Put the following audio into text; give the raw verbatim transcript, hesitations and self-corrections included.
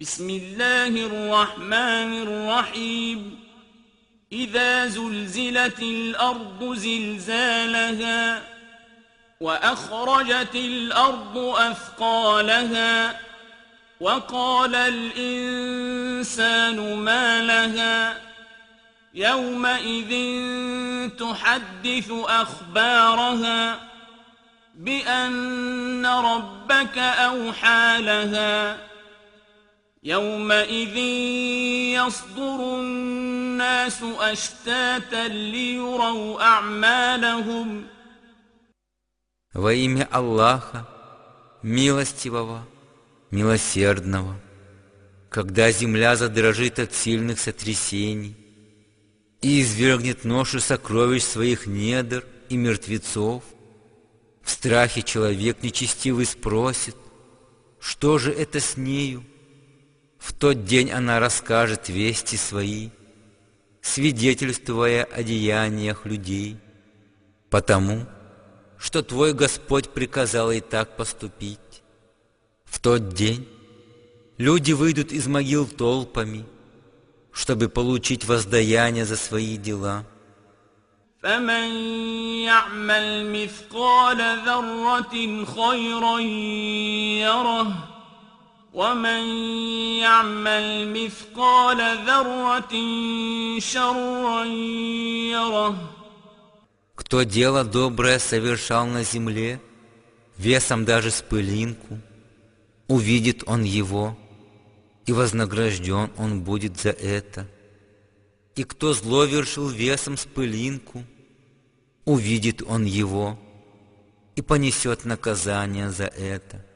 بسم الله الرحمن الرحيم إذا زلزلت الأرض زلزالها وأخرجت الأرض أثقالها وقال الإنسان ما لها يومئذ تحدث أخبارها بأن ربك أوحى لها يومئذ يصدر الناس أشتاتا ليروا أعمالهم. Во имя Аллаха, милостивого, милосердного, когда земля задрожит от сильных сотрясений и извергнет ношу сокровищ своих недр и мертвецов, в страхе человек нечестивый спросит, что же это с нею? В тот день она расскажет вести свои, свидетельствуя о деяниях людей, потому что твой Господь приказал ей так поступить. В тот день люди выйдут из могил толпами, чтобы получить воздаяние за свои дела. فمن يعمل مثقال ذرة خيرا يره ومن يعمل مثقال ذرة شرا يره. Кто дело доброе совершал на земле, весом даже с пылинку, увидит он его, и вознагражден он будет за это. И кто зло вершил весом с пылинку, увидит он его, и понесет наказание за это.